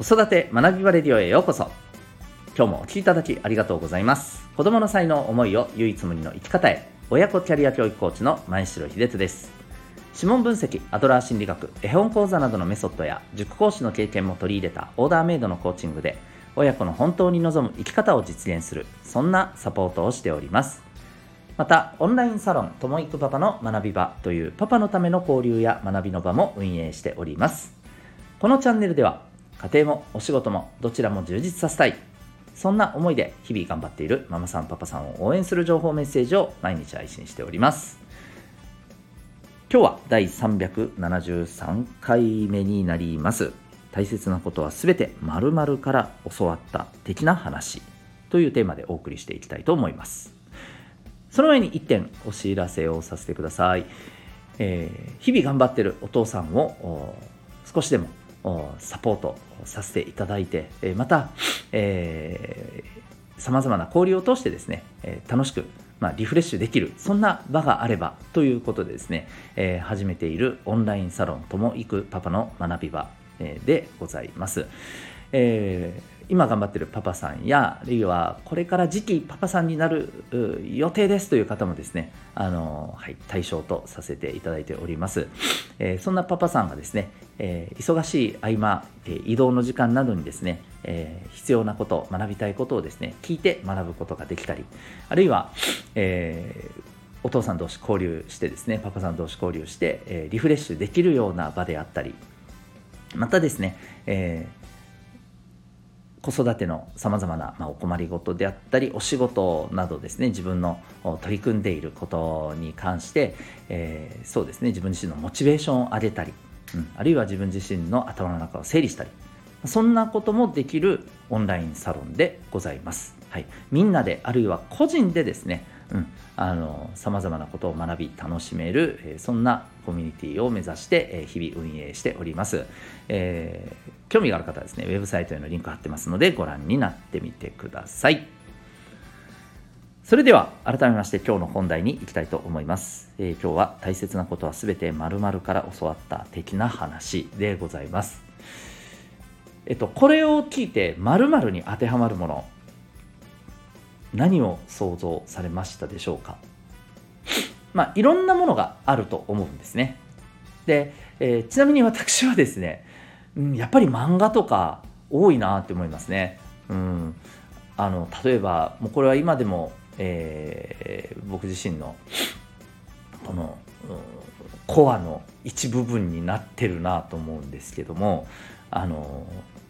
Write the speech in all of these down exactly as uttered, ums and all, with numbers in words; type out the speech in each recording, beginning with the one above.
子育て学びバレディオへようこそ。今日もお聞きいただきありがとうございます。子供の才能、思いを唯一無二の生き方へ、親子キャリア教育コーチの前城秀人です。指紋分析、アドラー心理学、絵本講座などのメソッドや塾講師の経験も取り入れたオーダーメイドのコーチングで、親子の本当に望む生き方を実現する、そんなサポートをしております。またオンラインサロンともいくパパの学び場というパパのための交流や学びの場も運営しております。このチャンネルでは家庭もお仕事もどちらも充実させたい、そんな思いで日々頑張っているママさんパパさんを応援する情報メッセージを毎日配信しております。今日はだいさんびゃくななじゅうさんかいめになります。大切なことはすべて〇〇から教わった的な話というテーマでお送りしていきたいと思います。その前にいってんお知らせをさせてください。えー、日々頑張っているお父さんを少しでもサポートさせていただいて、また、えー、様々な交流を通してですね、楽しく、まあ、リフレッシュできる、そんな場があればということでですね、えー、始めているオンラインサロンともいくパパの学び場でございます。えー今頑張っているパパさんや、あるいはこれから次期パパさんになる予定ですという方もですね、あの、はい、対象とさせていただいております。えー、そんなパパさんがですね、えー、忙しい合間、えー、移動の時間などにですね、えー、必要なこと、学びたいことをですね、聞いて学ぶことができたり、あるいは、えー、お父さん同士交流してですね、パパさん同士交流して、えー、リフレッシュできるような場であったり、またですね、えー子育てのさまざまな、まあ、お困りごとであったりお仕事などですね、自分の取り組んでいることに関して、えー、そうですね、自分自身のモチベーションを上げたり、うん、あるいは自分自身の頭の中を整理したり、そんなこともできるオンラインサロンでございます。はい、みんなで、あるいは個人でですね、うん、あの様々なことを学び楽しめる、えー、そんなコミュニティを目指して、えー、日々運営しております。えー、興味がある方はですね、ウェブサイトへのリンク貼ってますのでご覧になってみてください。それでは改めまして今日の本題に行きたいと思います。えー、今日は大切なことはすべて〇〇から教わった的な話でございます。えっとこれを聞いて〇〇に当てはまるもの、何を想像されましたでしょうか。まあいろんなものがあると思うんですね。で、えー、ちなみに私はですね、うん、やっぱり漫画とか多いなって思いますね。うん、あの例えばもうこれは今でも、えー、僕自身のこの、うん、コアの一部分になってるなと思うんですけども、あの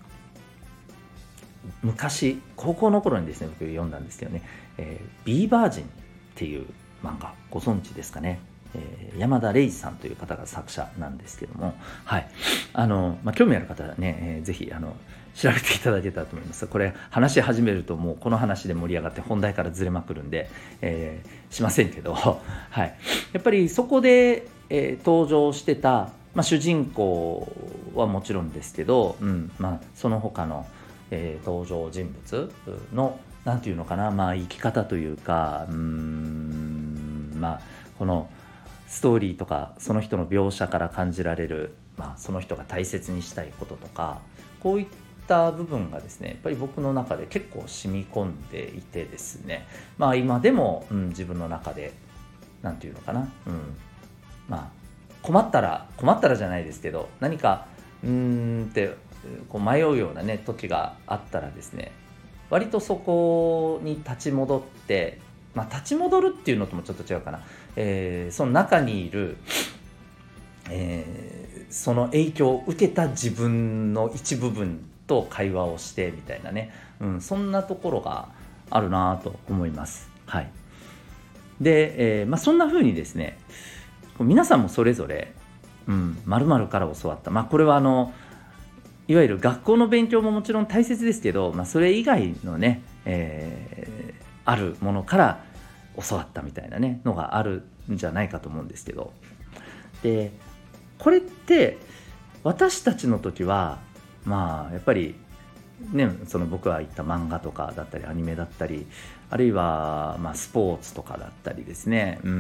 昔高校の頃にですね、僕読んだんですけどね、えー、ビーバージンっていう漫画ご存知ですかね。えー、山田礼二さんという方が作者なんですけども、はい、あの、まあ、興味ある方はね、えー、ぜひあの調べていただけたらと思います。これ話し始めるともうこの話で盛り上がって本題からずれまくるんで、えー、しませんけど、はい、やっぱりそこで、えー、登場してた、まあ、主人公はもちろんですけど、うんまあ、その他のえー、登場人物のなんていうのかな、まあ、生き方というか、うーん、まあ、このストーリーとかその人の描写から感じられる、まあ、その人が大切にしたいこととか、こういった部分がですね、やっぱり僕の中で結構染み込んでいてですね、まあ、今でも、うん、自分の中でなんていうのかな、うん、まあ困ったら困ったらじゃないですけど、何かうーんってこう迷うようなね時があったらですね、割とそこに立ち戻って、まあ、立ち戻るっていうのともちょっと違うかな、えー、その中にいる、えー、その影響を受けた自分の一部分と会話をしてみたいなね、うん、そんなところがあるなと思います。はい。で、えーまあ、そんな風にですね、皆さんもそれぞれ、うん、〇〇から教わった、まあ、これはあのいわゆる学校の勉強ももちろん大切ですけど、まあ、それ以外のね、えー、あるものから教わったみたいなねのがあるんじゃないかと思うんですけど、でこれって私たちの時はまあやっぱりね、その僕が言った漫画とかだったりアニメだったり、あるいはまあスポーツとかだったりですね、うん、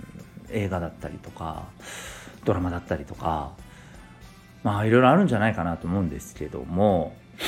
映画だったりとかドラマだったりとか、まあいろいろあるんじゃないかなと思うんですけども、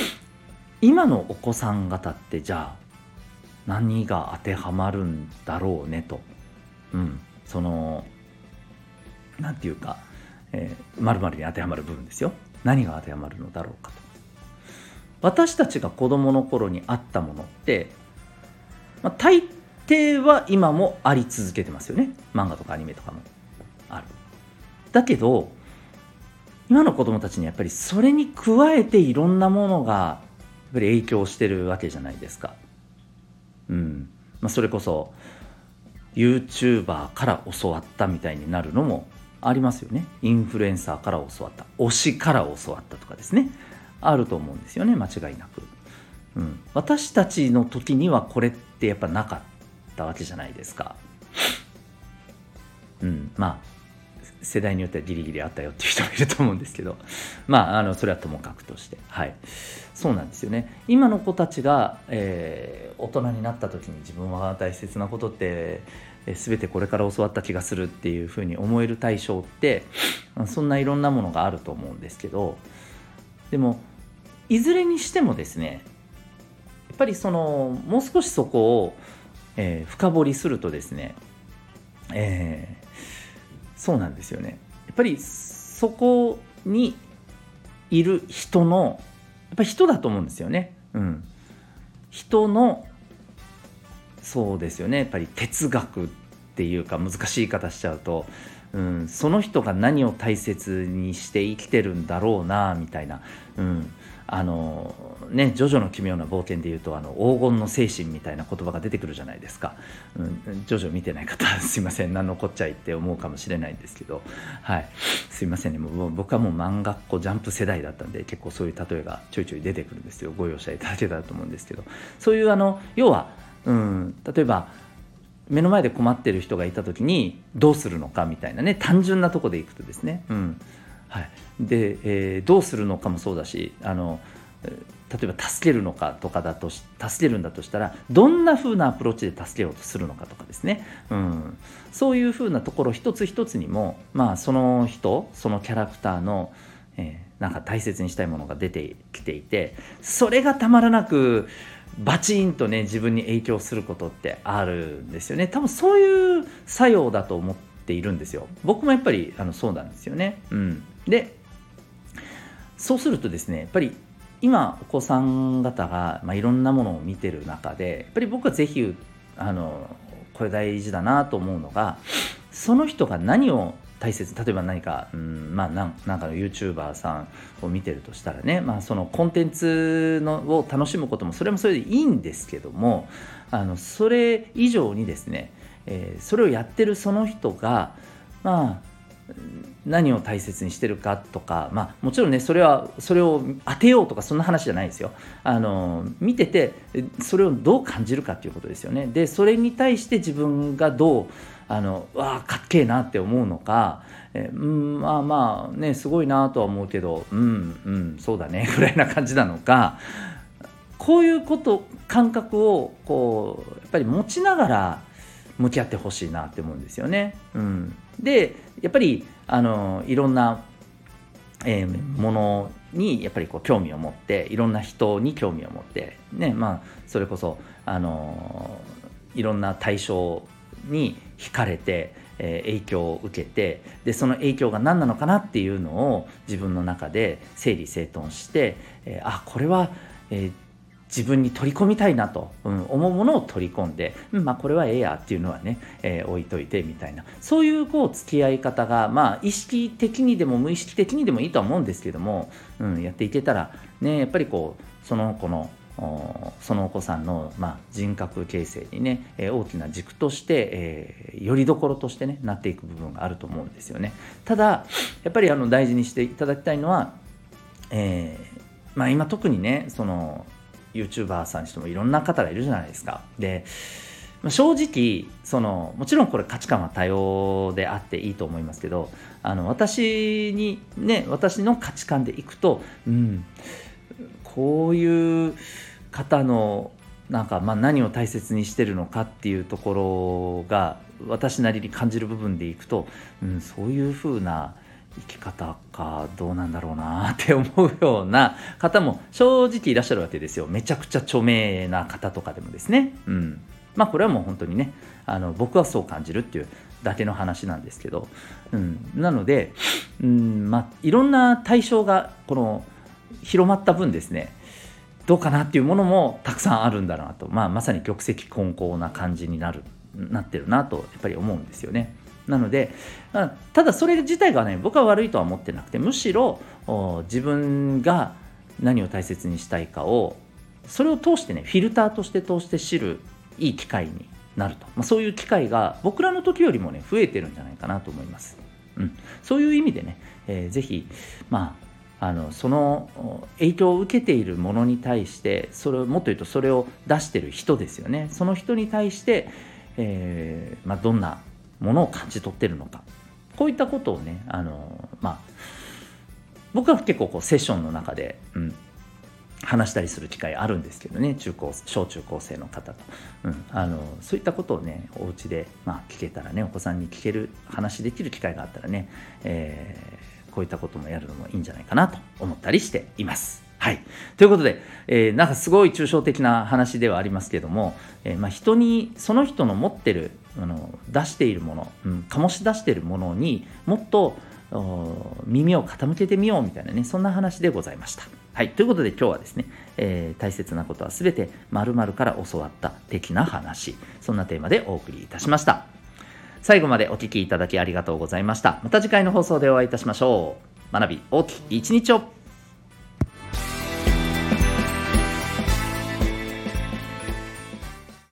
今のお子さん方ってじゃあ何が当てはまるんだろうねと、うん、そのなんていうか、えー、〇〇に当てはまる部分ですよ。何が当てはまるのだろうかと。私たちが子供の頃にあったものって、まあ、大抵は今もあり続けてますよね。漫画とかアニメとかもある。だけど今の子供たちにやっぱりそれに加えていろんなものがやっぱり影響してるわけじゃないですか。うんまあ、それこそ YouTuber から教わったみたいになるのもありますよね。インフルエンサーから教わった、推しから教わったとかですね、あると思うんですよね、間違いなく。うん、私たちの時にはこれってやっぱなかったわけじゃないですか。うん、まあ世代によってはギリギリあったよっていう人もいると思うんですけど、まああのそれはともかくとして、はい、そうなんですよね。今の子たちが、えー、大人になった時に自分は大切なことって、えー、全てこれから教わった気がするっていうふうに思える対象ってそんないろんなものがあると思うんですけど、でもいずれにしてもですね、やっぱりそのもう少しそこを、えー、深掘りするとですね、えーそうなんですよね。やっぱりそこにいる人のやっぱり人だと思うんですよね。うん、人のそうですよね。やっぱり哲学っていうか難しい言い方しちゃうと、うん、その人が何を大切にして生きてるんだろうなみたいな、うん、あのね、ジョジョの奇妙な冒険でいうとあの黄金の精神みたいな言葉が出てくるじゃないですか。うん、ジョジョ見てない方すいません、何のこっちゃいって思うかもしれないんですけど、はい、すいませんね。もう僕はもう漫画っ子ジャンプ世代だったんで結構そういう例えがちょいちょい出てくるんですよ。ご容赦いただけたらと思うんですけど、そういうあの要は、うん、例えば目の前で困ってる人がいた時にどうするのかみたいなね、単純なとこでいくとですね、うんはい、で、えー、どうするのかもそうだし、あの例えば助けるのかとかだとし助けるんだとしたらどんな風なアプローチで助けようとするのかとかですね、うん、そういう風なところ一つ一つにも、まあ、その人そのキャラクターの、えー、なんか大切にしたいものが出てきていて、それがたまらなくバチンとね自分に影響することってあるんですよね。多分そういう作用だと思っているんですよ。僕もやっぱりあのそうなんですよね。うん、でそうするとですね、やっぱり今お子さん方が、まあ、いろんなものを見てる中でやっぱり僕はぜひあのこれ大事だなと思うのが、その人が何を大切、例えば何か、うんまあ、なんなんかの YouTuber さんを見てるとしたらね、まあ、そのコンテンツのを楽しむこともそれもそれでいいんですけども、あのそれ以上にですね、えー、それをやってるその人がまあ何を大切にしてるかとか、まあ、もちろんねそれはそれを当てようとかそんな話じゃないですよ。あの見ててそれをどう感じるかっていうことですよね。でそれに対して自分がどうあのわあかっけえなって思うのか、えうんまあまあねすごいなとは思うけどうんうんそうだねぐらいな感じなのか、こういうこと感覚をこうやっぱり持ちながら向き合ってほしいなって思うんですよね。うん、でやっぱりあのいろんな、えー、ものにやっぱりこう興味を持って、いろんな人に興味を持ってね、まあそれこそあのいろんな対象に惹かれて、えー、影響を受けて、でその影響が何なのかなっていうのを自分の中で整理整頓して、えー、あこれは、えー自分に取り込みたいなと、うん、思うものを取り込んで、うん、まあこれはええやっていうのはね、えー、置いといてみたいな、そういうこう付き合い方がまあ意識的にでも無意識的にでもいいとは思うんですけども、うん、やっていけたらね、やっぱりこうその子のそのお子さんの、まあ、人格形成にね、えー、大きな軸として、えー、よりどころとしてねなっていく部分があると思うんですよね。ただやっぱりあの大事にしていただきたいのは、えーまあ、今特にねそのYouTuber さんにしてもいろんな方がいるじゃないですか。で、正直そのもちろんこれ価値観は多様であっていいと思いますけど、あの私にね私の価値観でいくと、うん、こういう方のなんかまあ何を大切にしてるのかっていうところが私なりに感じる部分でいくと、うん、そういう風な生き方かどうなんだろうなって思うような方も正直いらっしゃるわけですよ。めちゃくちゃ著名な方とかでもですね。うん。まあこれはもう本当にね、あの僕はそう感じるっていうだけの話なんですけど、うん、なので、うん、まあいろんな対象がこの広まった分ですね、どうかなっていうものもたくさんあるんだなと、まあまさに玉石混交な感じになるなってるなとやっぱり思うんですよね。なので、ただそれ自体がね、僕は悪いとは思ってなくて、むしろ自分が何を大切にしたいかを、それを通してね、フィルターとして通して知るいい機会になると、まあ、そういう機会が僕らの時よりもね、増えてるんじゃないかなと思います。うん、そういう意味でね、えー、ぜひ、まあ、あのその影響を受けているものに対して、それをもっと言うとそれを出している人ですよね。その人に対して、えーまあ、どんなものを感じ取ってるのか、こういったことをね、あのまあ僕は結構こうセッションの中で、うん、話したりする機会あるんですけどね、中高小中高生の方と、うん、あのそういったことをね、お家で、まあ、聞けたらね、お子さんに聞ける話できる機会があったらね、えー、こういったこともやるのもいいんじゃないかなと思ったりしています。はい。ということで、えー、なんかすごい抽象的な話ではありますけども、えーまあ、人に、その人の持ってる、あの出しているもの、うん、醸し出しているものにもっと耳を傾けてみようみたいなね、そんな話でございました。はい。ということで今日はですね、えー、大切なことはすべて〇〇から教わった的な話、そんなテーマでお送りいたしました。最後までお聞きいただきありがとうございました。また次回の放送でお会いいたしましょう。学び大きい一日を。